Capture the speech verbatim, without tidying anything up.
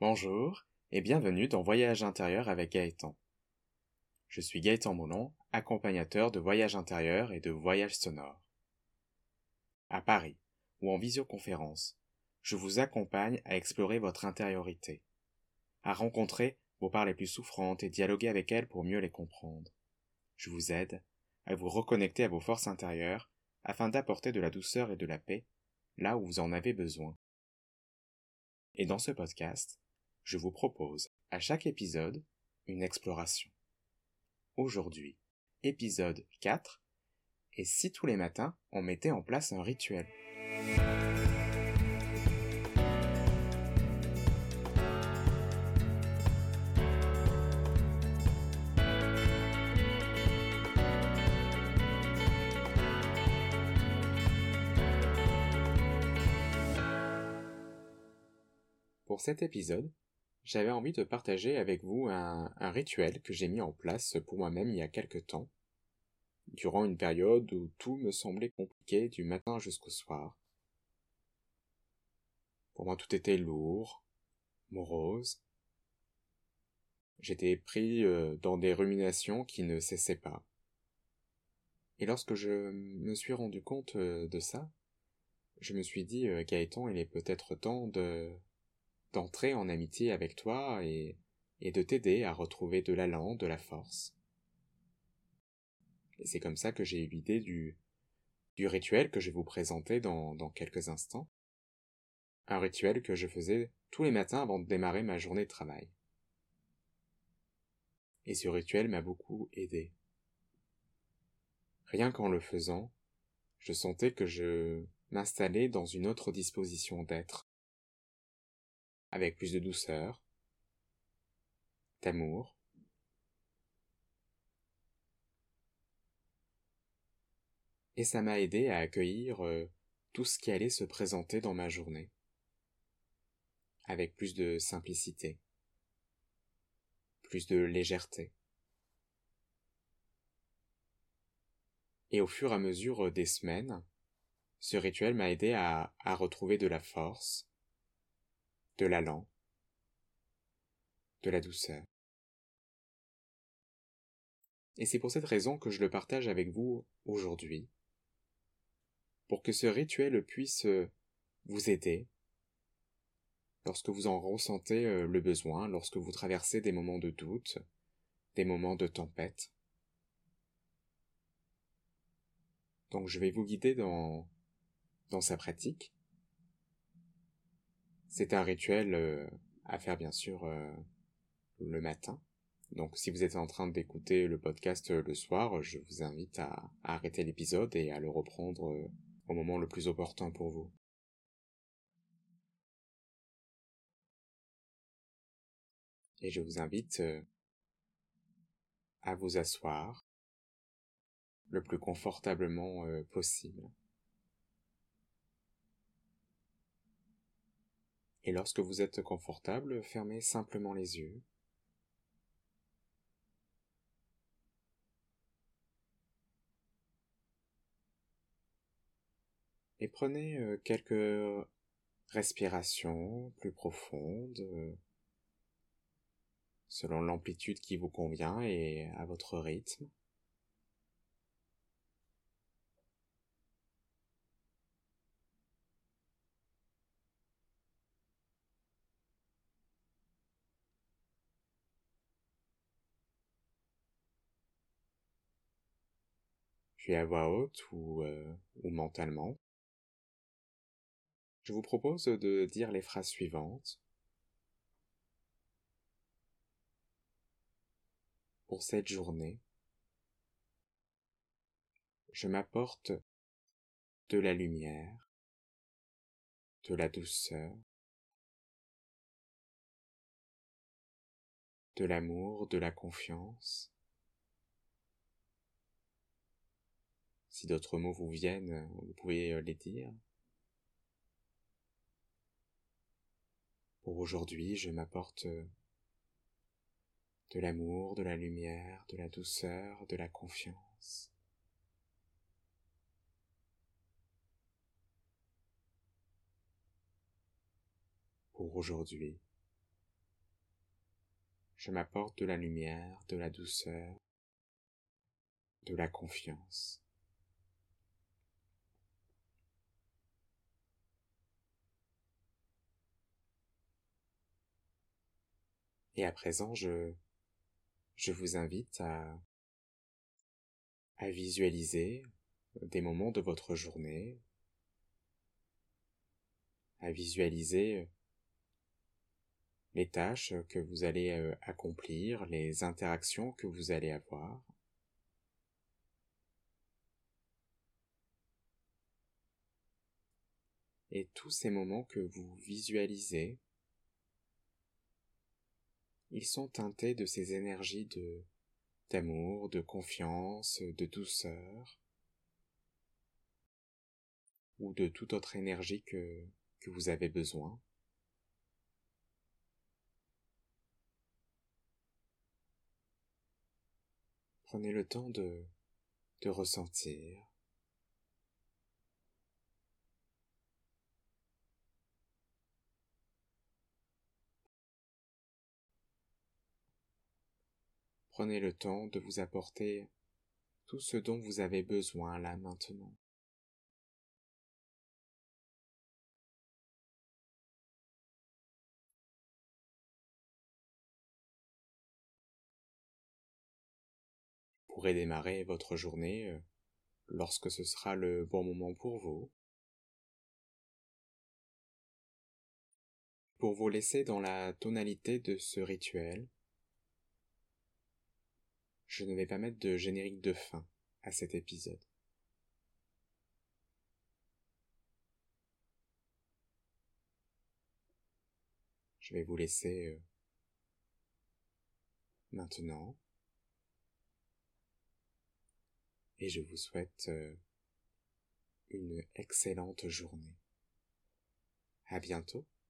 Bonjour et bienvenue dans Voyage intérieur avec Gaëtan. Je suis Gaëtan Mollon, accompagnateur de voyages intérieurs et de voyages sonores. À Paris ou en visioconférence, je vous accompagne à explorer votre intériorité, à rencontrer vos parts les plus souffrantes et dialoguer avec elles pour mieux les comprendre. Je vous aide à vous reconnecter à vos forces intérieures afin d'apporter de la douceur et de la paix là où vous en avez besoin. Et dans ce podcast, je vous propose à chaque épisode une exploration. Aujourd'hui, épisode quatre, et si tous les matins on mettait en place un rituel. Pour cet épisode, j'avais envie de partager avec vous un, un rituel que j'ai mis en place pour moi-même il y a quelque temps, durant une période où tout me semblait compliqué du matin jusqu'au soir. Pour moi, tout était lourd, morose. J'étais pris euh, dans des ruminations qui ne cessaient pas. Et lorsque je me suis rendu compte euh, de ça, je me suis dit, euh, Gaëtan, il est peut-être temps de d'entrer en amitié avec toi et, et de t'aider à retrouver de l'allant, de la force. Et c'est comme ça que j'ai eu l'idée du, du rituel que je vais vous présenter dans, dans quelques instants. Un rituel que je faisais tous les matins avant de démarrer ma journée de travail. Et ce rituel m'a beaucoup aidé. Rien qu'en le faisant, je sentais que je m'installais dans une autre disposition d'être, avec plus de douceur, d'amour, et ça m'a aidé à accueillir euh, tout ce qui allait se présenter dans ma journée, avec plus de simplicité, plus de légèreté. Et au fur et à mesure des semaines, ce rituel m'a aidé à, à retrouver de la force, de l'allant, de la douceur. Et c'est pour cette raison que je le partage avec vous aujourd'hui, pour que ce rituel puisse vous aider lorsque vous en ressentez le besoin, lorsque vous traversez des moments de doute, des moments de tempête. Donc je vais vous guider dans, dans sa pratique. C'est un rituel à faire bien sûr le matin. Donc si vous êtes en train d'écouter le podcast le soir, je vous invite à, à arrêter l'épisode et à le reprendre au moment le plus opportun pour vous. Et je vous invite à vous asseoir le plus confortablement possible. Et lorsque vous êtes confortable, fermez simplement les yeux. Et prenez quelques respirations plus profondes, selon l'amplitude qui vous convient et à votre rythme. Puis à voix haute ou, euh, ou mentalement, je vous propose de dire les phrases suivantes. Pour cette journée, je m'apporte de la lumière, de la douceur, de l'amour, de la confiance. Si d'autres mots vous viennent, vous pouvez les dire. Pour aujourd'hui, je m'apporte de l'amour, de la lumière, de la douceur, de la confiance. Pour aujourd'hui, je m'apporte de la lumière, de la douceur, de la confiance. Et à présent, je, je vous invite à, à visualiser des moments de votre journée, à visualiser les tâches que vous allez accomplir, les interactions que vous allez avoir. Et tous ces moments que vous visualisez, ils sont teintés de ces énergies de d'amour, de confiance, de douceur, ou de toute autre énergie que, que vous avez besoin. Prenez le temps de, de ressentir. Prenez le temps de vous apporter tout ce dont vous avez besoin là maintenant. Vous pourrez démarrer votre journée lorsque ce sera le bon moment pour vous. Pour vous laisser dans la tonalité de ce rituel, je ne vais pas mettre de générique de fin à cet épisode. Je vais vous laisser euh, maintenant et je vous souhaite euh, une excellente journée. À bientôt.